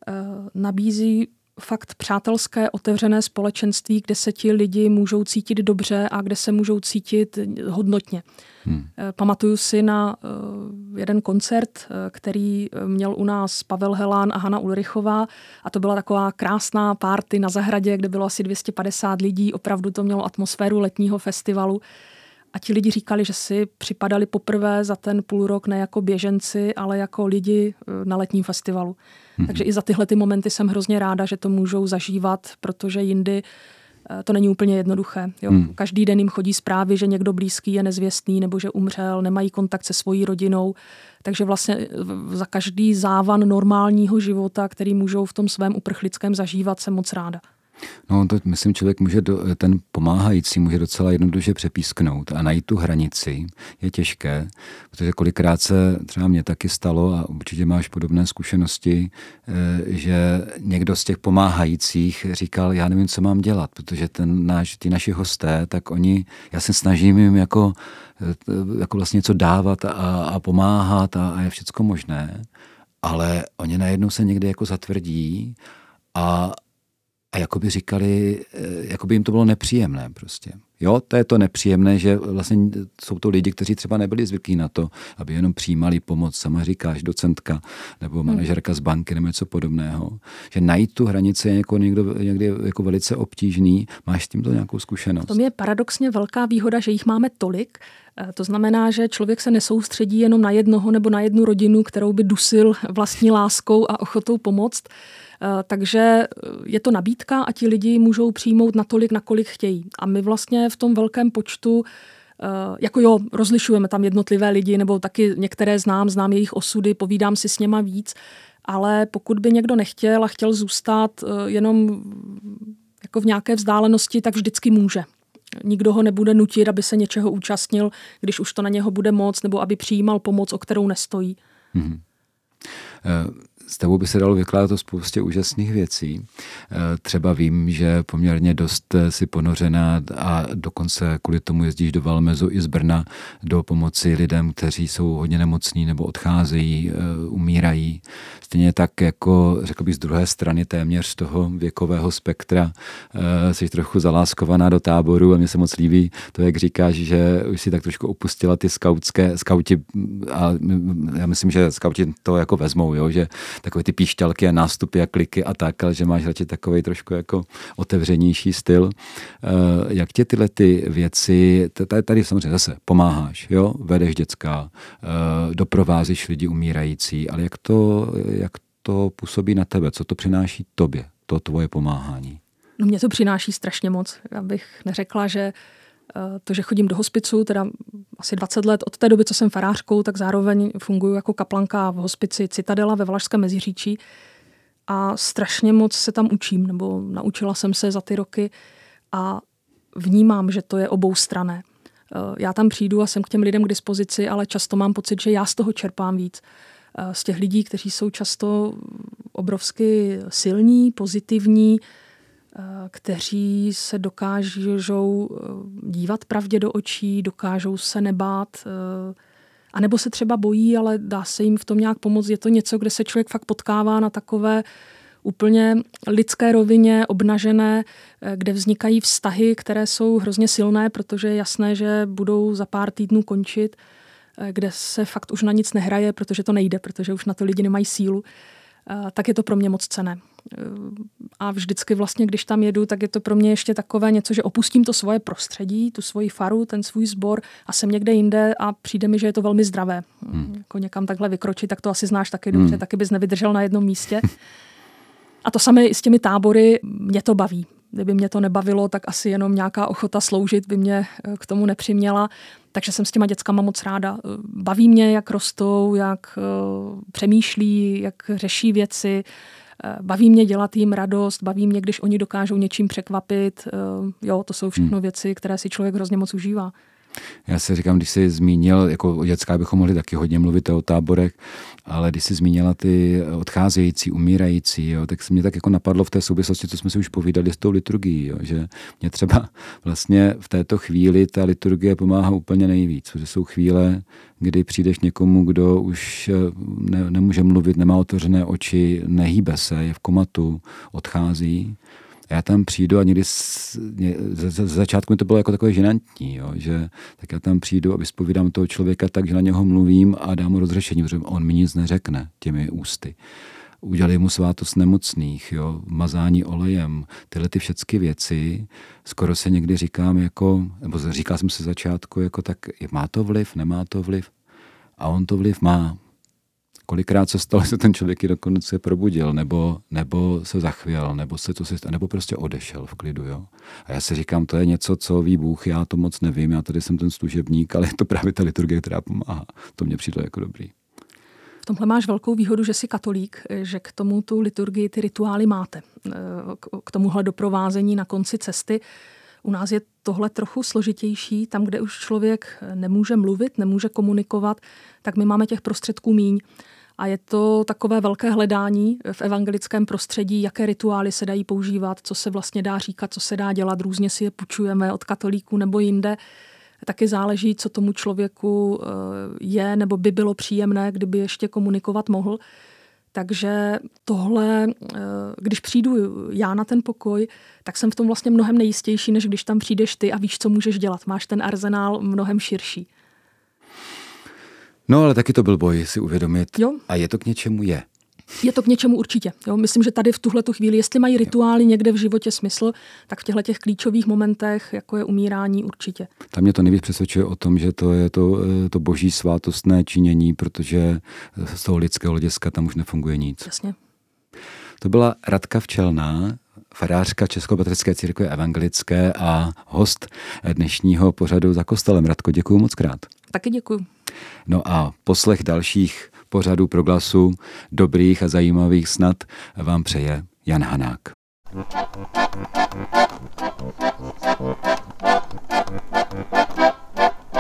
nabízí fakt přátelské, otevřené společenství, kde se ti lidi můžou cítit dobře a kde se můžou cítit hodnotně. Hmm. Pamatuju si na jeden koncert, který měl u nás Pavel Helán a Hana Ulrichová a to byla taková krásná party na zahradě, kde bylo asi dvě stě padesát lidí, opravdu to mělo atmosféru letního festivalu. A ti lidi říkali, že si připadali poprvé za ten půl rok ne jako běženci, ale jako lidi na letním festivalu. Mm-hmm. Takže i za tyhle ty momenty jsem hrozně ráda, že to můžou zažívat, protože jindy to není úplně jednoduché. Jo? Mm. Každý den jim chodí zprávy, že někdo blízký je nezvěstný nebo že umřel, nemají kontakt se svojí rodinou. Takže vlastně za každý závan normálního života, který můžou v tom svém uprchlickém zažívat, jsem moc ráda.
No to myslím, člověk může, do, ten pomáhající může docela jednoduše přepísknout a najít tu hranici je těžké, protože kolikrát se třeba mě taky stalo a určitě máš podobné zkušenosti, že někdo z těch pomáhajících říkal, já nevím, co mám dělat, protože ten náš, ty naši hosté, tak oni, já se snažím jim jako, jako vlastně něco dávat a, a pomáhat a, a je všecko možné, ale oni najednou se někde jako zatvrdí a A jakoby říkali, jakoby jim to bylo nepříjemné prostě. Jo, to je to nepříjemné, že vlastně jsou to lidi, kteří třeba nebyli zvyklí na to, aby jenom přijímali pomoc, sama říkáš, docentka nebo manažerka z banky nebo něco podobného. Že najít tu hranici je jako někdo, někdy jako velice obtížný. Máš s tímto nějakou zkušenost?
To je paradoxně velká výhoda, že jich máme tolik. To znamená, že člověk se nesoustředí jenom na jednoho nebo na jednu rodinu, kterou by dusil vlastní láskou a ochotou pomoct. Takže je to nabídka a ti lidi můžou přijmout natolik, nakolik chtějí. A my vlastně v tom velkém počtu, jako jo, rozlišujeme tam jednotlivé lidi, nebo taky některé znám, znám jejich osudy, povídám si s něma víc, ale pokud by někdo nechtěl a chtěl zůstat jenom jako v nějaké vzdálenosti, tak vždycky může. Nikdo ho nebude nutit, aby se něčeho účastnil, když už to na něho bude moc, nebo aby přijímal pomoc, o kterou nestojí.
Hmm. s tebou by se dalo vykládat o spoustě úžasných věcí. Třeba vím, že poměrně dost si ponořená a dokonce kvůli tomu jezdíš do Valmezu i z Brna do pomoci lidem, kteří jsou hodně nemocní nebo odcházejí, umírají. Stejně tak jako, řekl bych, z druhé strany téměř toho věkového spektra jsi trochu zaláskovaná do táboru a mně se moc líbí to, jak říkáš, že už si tak trošku opustila ty skautské, skauti a já myslím, že skauti to jako vezmou, jo, že takové ty píšťalky a nástupy a kliky a tak, ale že máš radši takovej trošku jako otevřenější styl. Jak tě tyhle ty věci, tady, tady samozřejmě zase pomáháš, jo, vedeš děcka, doprovázíš lidi umírající, ale jak to, jak to působí na tebe, co to přináší tobě, to tvoje pomáhání?
No mě to přináší strašně moc. Já bych neřekla, že to, že chodím do hospicu, teda asi dvacet let od té doby, co jsem farářkou, tak zároveň funguji jako kaplanka v hospici Citadela ve Valašském Meziříčí a strašně moc se tam učím, nebo naučila jsem se za ty roky a vnímám, že to je oboustranné. Já tam přijdu a jsem k těm lidem k dispozici, ale často mám pocit, že já z toho čerpám víc. Z těch lidí, kteří jsou často obrovsky silní, pozitivní, kteří se dokážou dívat pravdě do očí, dokážou se nebát, anebo se třeba bojí, ale dá se jim v tom nějak pomoct. Je to něco, kde se člověk fakt potkává na takové úplně lidské rovině, obnažené, kde vznikají vztahy, které jsou hrozně silné, protože je jasné, že budou za pár týdnů končit, kde se fakt už na nic nehraje, protože to nejde, protože už na to lidi nemají sílu, tak je to pro mě moc cenné. A vždycky vlastně, když tam jedu, tak je to pro mě ještě takové něco, že opustím to svoje prostředí, tu svoji faru, ten svůj sbor a jsem někde jinde a přijde mi, že je to velmi zdravé. Hmm. Jako někam takhle vykročit, tak to asi znáš taky dobře, hmm. taky bys nevydržel na jednom místě. A to samé i s těmi tábory, mě to baví. Kdyby mě to nebavilo, tak asi jenom nějaká ochota sloužit by mě k tomu nepřiměla. Takže jsem s těma dětskama moc ráda. Baví mě, jak rostou, jak přemýšlí, jak řeší věci. Baví mě dělat jim radost, baví mě, když oni dokážou něčím překvapit. Jo, to jsou všechno věci, které si člověk hrozně moc užívá.
Já si říkám, když jsi zmínil, jako o dětskách bychom mohli taky hodně mluvit o táborech, ale když jsi zmínila ty odcházející, umírající, jo, tak se mě tak jako napadlo v té souvislosti, co jsme si už povídali s tou liturgií, jo, že mě třeba vlastně v této chvíli ta liturgie pomáhá úplně nejvíc, protože jsou chvíle, kdy přijdeš někomu, kdo už ne, nemůže mluvit, nemá otevřené oči, nehýbe se, je v komatu, odchází. Já tam přijdu a někdy z, z, z začátku mi to bylo jako takové ženantní, jo, že tak já tam přijdu a vyspovídám toho člověka tak, že na něho mluvím a dám mu rozřešení, protože on mi nic neřekne těmi ústy. Udělali mu svátost nemocných, jo, mazání olejem, tyhle ty všechny věci, skoro se někdy říkám jako, nebo říkal jsem se začátku, jako tak má to vliv, nemá to vliv a on to vliv má. Kolikrát se stalo, že ten člověk i dokonce probudil, nebo, nebo se zachvěl, nebo se to se stalo, nebo prostě odešel v klidu. Jo? A já si říkám, to je něco, co ví Bůh, já to moc nevím, já tady jsem ten služebník, ale je to právě ta liturgie, která pomáhá. To mě přijde jako dobrý.
V tomhle máš velkou výhodu, že jsi katolík, že k tomu tu liturgii, ty rituály máte. K tomuhle doprovázení na konci cesty. U nás je tohle trochu složitější, tam, kde už člověk nemůže mluvit, nemůže komunikovat, tak my máme těch prostředků míň. A je to takové velké hledání v evangelickém prostředí, jaké rituály se dají používat, co se vlastně dá říkat, co se dá dělat. Různě si je půjčujeme od katolíků nebo jinde. Taky záleží, co tomu člověku je nebo by bylo příjemné, kdyby ještě komunikovat mohl. Takže tohle, když přijdu já na ten pokoj, tak jsem v tom vlastně mnohem nejistější, než když tam přijdeš ty a víš, co můžeš dělat. Máš ten arzenál mnohem širší.
No, ale taky to byl boj si uvědomit.
Jo.
A je to k něčemu je.
Je to k něčemu určitě. Jo? Myslím, že tady v tuhletu chvíli, jestli mají rituály někde v životě smysl, tak v těchto těch klíčových momentech, jako je umírání, určitě.
Tam mě to nejvíc přesvědčuje o tom, že to je to, to boží svátostné činění, protože z toho lidského hlediska tam už nefunguje nic.
Jasně.
To byla Radka Včelná, farářka Českopetrické církve evangelické a host dnešního pořadu Za kostelem. Radko, děkuju moc krát.
Taky děkuju.
No a poslech dalších pořadů Proglasu, dobrých a zajímavých snad, vám přeje Jan Hanák.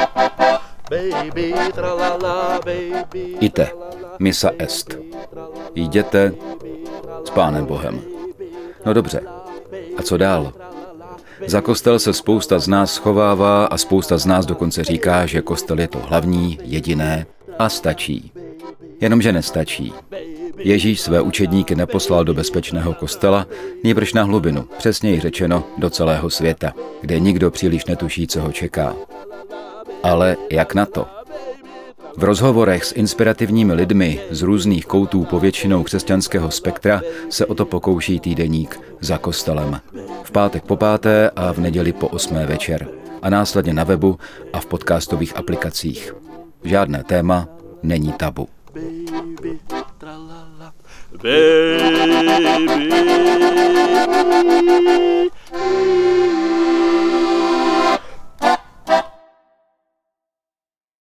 Baby, tralala, baby,
Ite, missa est. Jděte s Pánem Bohem. No dobře, a co dál? Za kostel se spousta z nás schovává a spousta z nás dokonce říká, že kostel je to hlavní, jediné a stačí. Jenomže nestačí. Ježíš své učedníky neposlal do bezpečného kostela, nýbrž na hlubinu, přesněji řečeno do celého světa, kde nikdo příliš netuší, co ho čeká. Ale jak na to? V rozhovorech s inspirativními lidmi z různých koutů povětšinou křesťanského spektra se o to pokouší týdeník Za kostelem. V pátek po páté a v neděli po osmé večer. A následně na webu a v podcastových aplikacích. Žádné téma není tabu.
Baby, tralala, baby.